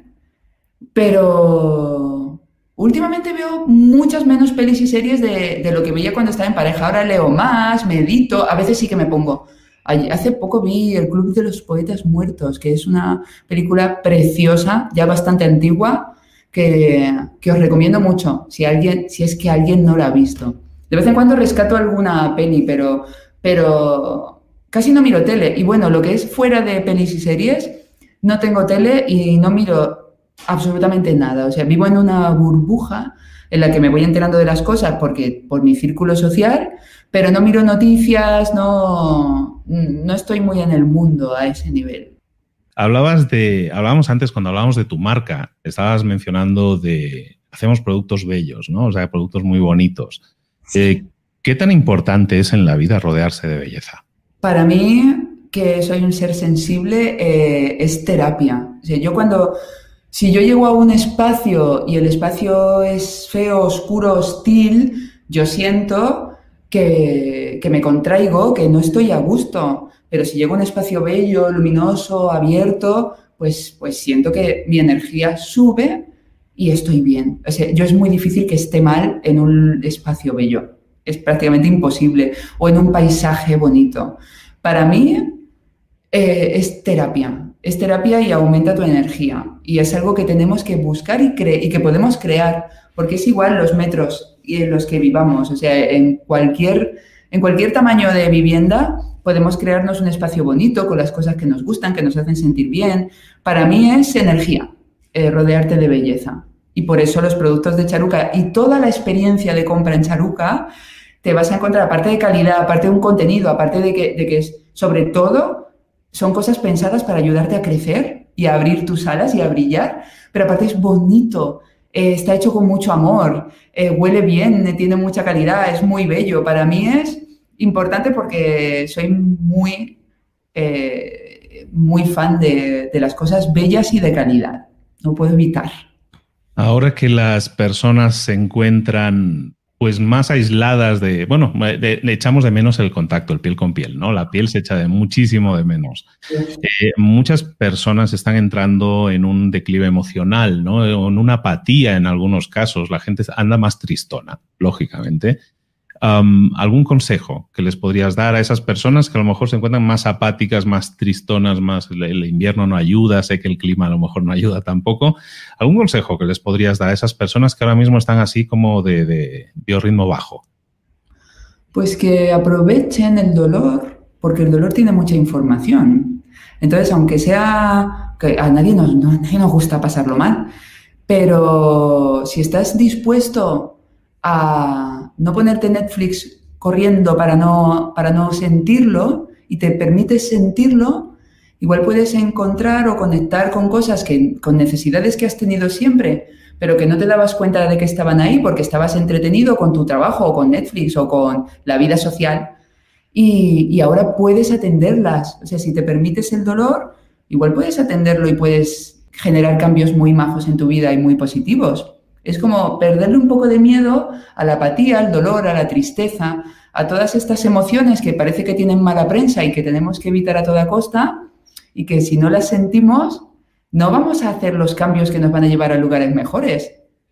Pero últimamente veo muchas menos pelis y series de lo que veía cuando estaba en pareja. Ahora leo más, medito, a veces sí que me pongo. Hace poco vi El Club de los Poetas Muertos, que es una película preciosa, ya bastante antigua, que os recomiendo mucho, si es que alguien no la ha visto. De vez en cuando rescato alguna peli, pero casi no miro tele. Y bueno, lo que es fuera de pelis y series, no tengo tele y no miro absolutamente nada. O sea, vivo en una burbuja en la que me voy enterando de las cosas por mi círculo social, pero no miro noticias, no estoy muy en el mundo a ese nivel. Hablábamos antes, cuando hablábamos de tu marca, estabas mencionando hacemos productos bellos, ¿no? O sea, productos muy bonitos. ¿Qué tan importante es en la vida rodearse de belleza? Para mí, que soy un ser sensible, es terapia. O sea, si yo llego a un espacio y el espacio es feo, oscuro, hostil, yo siento que me contraigo, que no estoy a gusto. Pero si llego a un espacio bello, luminoso, abierto, pues siento que mi energía sube y estoy bien. O sea, yo es muy difícil que esté mal en un espacio bello. Es prácticamente imposible. O en un paisaje bonito. Para mí es terapia. Es terapia y aumenta tu energía. Y es algo que tenemos que buscar y que podemos crear. Porque es igual los metros en los que vivamos. O sea, en cualquier tamaño de vivienda podemos crearnos un espacio bonito con las cosas que nos gustan, que nos hacen sentir bien. Para mí es energía, rodearte de belleza. Y por eso los productos de Charuca y toda la experiencia de compra en Charuca te vas a encontrar, aparte de calidad, aparte de un contenido, aparte de que sobre todo son cosas pensadas para ayudarte a crecer y a abrir tus alas y a brillar, pero aparte es bonito, está hecho con mucho amor, huele bien, tiene mucha calidad, es muy bello. Para mí es importante porque soy muy fan de las cosas bellas y de calidad. No puedo evitar. Ahora que las personas se encuentran pues más aisladas le echamos de menos el contacto, el piel con piel, ¿no? La piel se echa muchísimo de menos. Muchas personas están entrando en un declive emocional, ¿no? En una apatía en algunos casos. La gente anda más tristona, lógicamente. ¿Algún consejo que les podrías dar a esas personas que a lo mejor se encuentran más apáticas, más tristonas, más el invierno no ayuda, sé que el clima a lo mejor no ayuda tampoco? ¿Algún consejo que les podrías dar a esas personas que ahora mismo están así como de biorritmo bajo? Pues que aprovechen el dolor, porque el dolor tiene mucha información. Entonces, aunque sea que a nadie nos gusta pasarlo mal, pero si estás dispuesto a no ponerte Netflix corriendo para no sentirlo y te permites sentirlo, igual puedes encontrar o conectar con cosas con necesidades que has tenido siempre, pero que no te dabas cuenta de que estaban ahí porque estabas entretenido con tu trabajo o con Netflix o con la vida social y ahora puedes atenderlas. O sea, si te permites el dolor, igual puedes atenderlo y puedes generar cambios muy majos en tu vida y muy positivos. Es como perderle un poco de miedo a la apatía, al dolor, a la tristeza, a todas estas emociones que parece que tienen mala prensa y que tenemos que evitar a toda costa y que si no las sentimos no vamos a hacer los cambios que nos van a llevar a lugares mejores.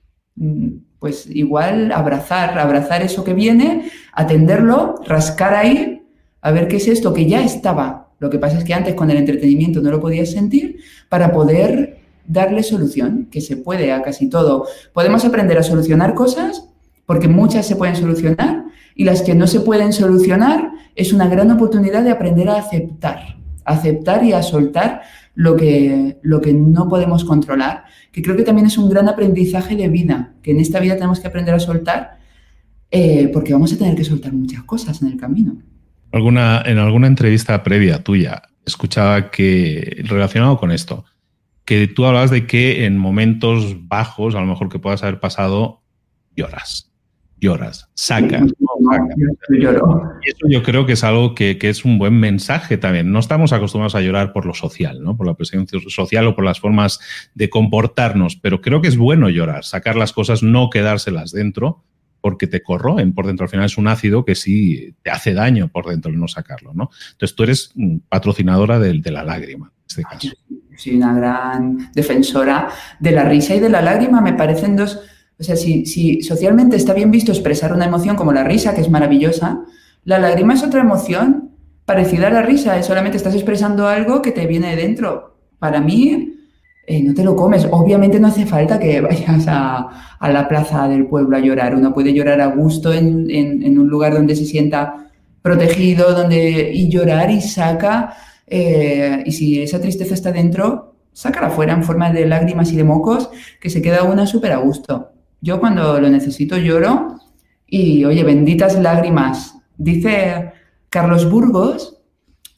Pues igual abrazar eso que viene, atenderlo, rascar ahí, a ver qué es esto que ya estaba. Lo que pasa es que antes con el entretenimiento no lo podías sentir para poder darle solución, que se puede a casi todo. Podemos aprender a solucionar cosas, porque muchas se pueden solucionar, y las que no se pueden solucionar es una gran oportunidad de aprender a aceptar y a soltar lo que no podemos controlar, que creo que también es un gran aprendizaje de vida, que en esta vida tenemos que aprender a soltar, porque vamos a tener que soltar muchas cosas en el camino. En alguna entrevista previa tuya, escuchaba que, relacionado con esto, que tú hablabas de que en momentos bajos, a lo mejor que puedas haber pasado, lloras, sacas. Lloro. Y eso yo creo que es algo que es un buen mensaje también. No estamos acostumbrados a llorar por lo social, ¿no? Por la presencia social o por las formas de comportarnos, pero creo que es bueno llorar, sacar las cosas, no quedárselas dentro, porque te corroen por dentro. Al final es un ácido que sí te hace daño por dentro el no sacarlo, ¿no? Entonces tú eres patrocinadora de la lágrima, en este caso. Soy una gran defensora de la risa y de la lágrima. Me parecen dos... O sea, si socialmente está bien visto expresar una emoción como la risa, que es maravillosa, la lágrima es otra emoción parecida a la risa. Solamente estás expresando algo que te viene de dentro. Para mí, no te lo comes. Obviamente no hace falta que vayas a la plaza del pueblo a llorar. Uno puede llorar a gusto en un lugar donde se sienta protegido, y llorar y saca... y si esa tristeza está dentro, sácala fuera en forma de lágrimas y de mocos, que se queda una súper a gusto. Yo cuando lo necesito lloro y, oye, benditas lágrimas. Dice Carlos Burgos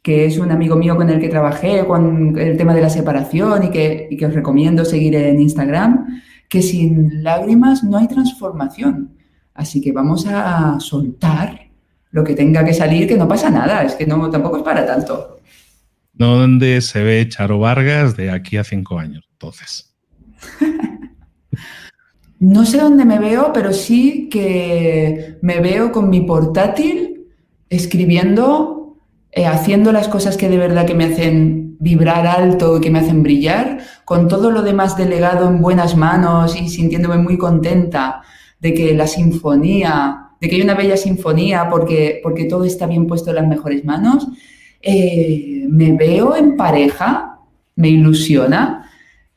que es un amigo mío con el que trabajé con el tema de la separación y que os recomiendo seguir en Instagram, que sin lágrimas no hay transformación. Así que vamos a soltar lo que tenga que salir, que no pasa nada, es que no, tampoco es para tanto. ¿Dónde se ve Charo Vargas de aquí a 5 años, entonces? No sé dónde me veo, pero sí que me veo con mi portátil escribiendo, haciendo las cosas que de verdad que me hacen vibrar alto y que me hacen brillar, con todo lo demás delegado en buenas manos y sintiéndome muy contenta de que la sinfonía, de que hay una bella sinfonía porque todo está bien puesto en las mejores manos. Me veo en pareja, me ilusiona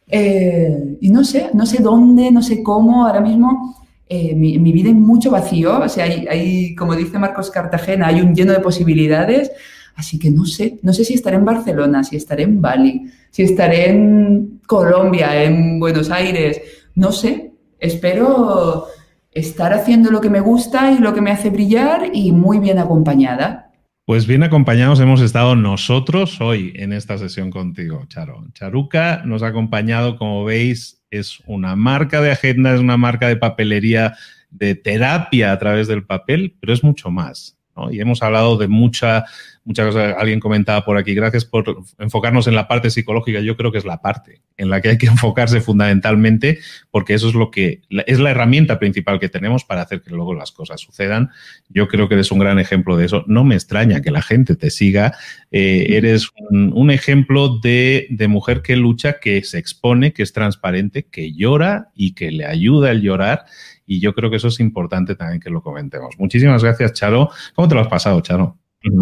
y no sé dónde, no sé cómo, ahora mismo mi vida hay mucho vacío, o sea, hay, como dice Marcos Cartagena, hay un lleno de posibilidades. Así que no sé si estaré en Barcelona, si estaré en Bali, si estaré en Colombia, en Buenos Aires, no sé. Espero estar haciendo lo que me gusta y lo que me hace brillar y muy bien acompañada. Pues bien acompañados hemos estado nosotros hoy en esta sesión contigo, Charo. Charuca nos ha acompañado, como veis, es una marca de agenda, es una marca de papelería, de terapia a través del papel, pero es mucho más, ¿no? Y hemos hablado de muchas cosas. Alguien comentaba por aquí, gracias por enfocarnos en la parte psicológica. Yo creo que es la parte en la que hay que enfocarse fundamentalmente, porque eso es lo que es la herramienta principal que tenemos para hacer que luego las cosas sucedan. Yo creo que eres un gran ejemplo de eso. No me extraña que la gente te siga. Eres un ejemplo de mujer que lucha, que se expone, que es transparente, que llora y que le ayuda el llorar. Y yo creo que eso es importante también que lo comentemos. Muchísimas gracias, Charo. ¿Cómo te lo has pasado, Charo?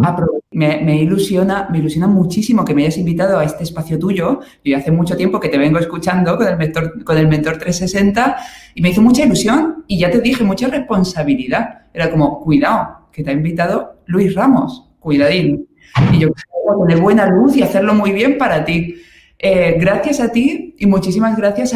Me ilusiona muchísimo que me hayas invitado a este espacio tuyo. Yo hace mucho tiempo que te vengo escuchando con el Mentor 360 y me hizo mucha ilusión y ya te dije, mucha responsabilidad. Era como, cuidado, que te ha invitado Luis Ramos, cuidadín. Y yo quiero poner buena luz y hacerlo muy bien para ti. Gracias a ti y muchísimas gracias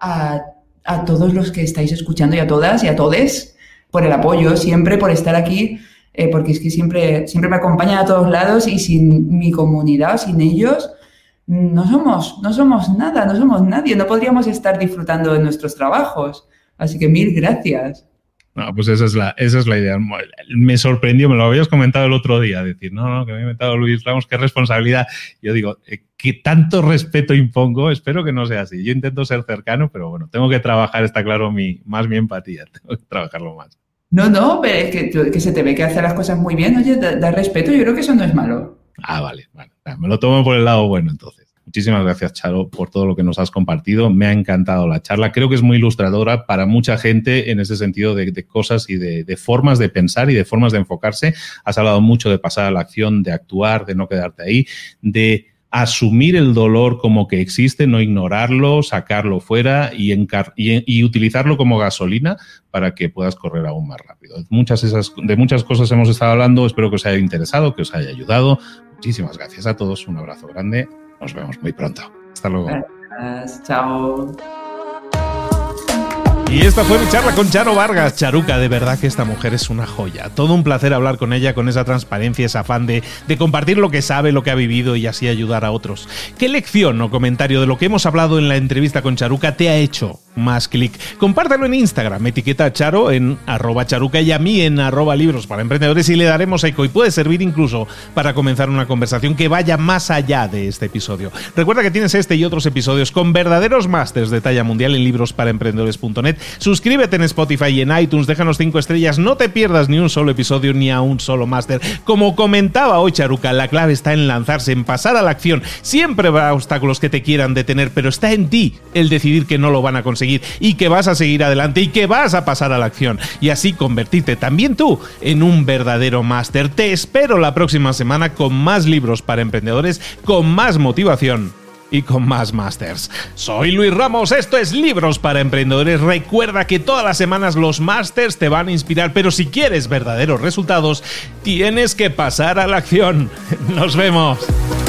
a todos los que estáis escuchando y a todas y a todes por el apoyo, siempre por estar aquí. Porque es que siempre me acompañan a todos lados y sin mi comunidad, sin ellos, no somos nada, no somos nadie, no podríamos estar disfrutando de nuestros trabajos. Así que 1000 gracias. No, pues esa es la idea. Me sorprendió, me lo habías comentado el otro día, decir, no, que me ha inventado Luis Ramos, qué responsabilidad. Yo digo, ¿qué tanto respeto impongo? Espero que no sea así. Yo intento ser cercano, pero bueno, tengo que trabajar, está claro, más mi empatía, tengo que trabajarlo más. No, pero es que se te ve que hace las cosas muy bien. Oye, da respeto, yo creo que eso no es malo. Vale. Me lo tomo por el lado bueno, entonces. Muchísimas gracias, Charo, por todo lo que nos has compartido. Me ha encantado la charla. Creo que es muy ilustradora para mucha gente en ese sentido de cosas y de formas de pensar y de formas de enfocarse. Has hablado mucho de pasar a la acción, de actuar, de no quedarte ahí, de asumir el dolor como que existe, no ignorarlo, sacarlo fuera y utilizarlo como gasolina para que puedas correr aún más rápido. De muchas cosas hemos estado hablando, espero que os haya interesado, que os haya ayudado. Muchísimas gracias a todos, un abrazo grande, nos vemos muy pronto. Hasta luego. Gracias, chao. Y esta fue mi charla con Charo Vargas. Charuca, de verdad que esta mujer es una joya. Todo un placer hablar con ella, con esa transparencia, ese afán de compartir lo que sabe, lo que ha vivido y así ayudar a otros. ¿Qué lección o comentario de lo que hemos hablado en la entrevista con Charuca te ha hecho más clic? Compártelo en Instagram, etiqueta a Charo en @charuca y a mí en @libros para emprendedores y le daremos eco y puede servir incluso para comenzar una conversación que vaya más allá de este episodio. Recuerda que tienes este y otros episodios con verdaderos másters de talla mundial en librosparaemprendedores.net. Suscríbete en Spotify y en iTunes, déjanos 5 estrellas, no te pierdas ni un solo episodio ni a un solo máster. Como comentaba hoy Charuca, la clave está en lanzarse, en pasar a la acción. Siempre habrá obstáculos que te quieran detener, pero está en ti el decidir que no lo van a conseguir y que vas a seguir adelante y que vas a pasar a la acción y así convertirte también tú en un verdadero máster. Te espero la próxima semana con más libros para emprendedores, con más motivación y con más másters. Soy Luis Ramos, esto es Libros para Emprendedores. Recuerda que todas las semanas los másters te van a inspirar, pero si quieres verdaderos resultados, tienes que pasar a la acción. Nos vemos.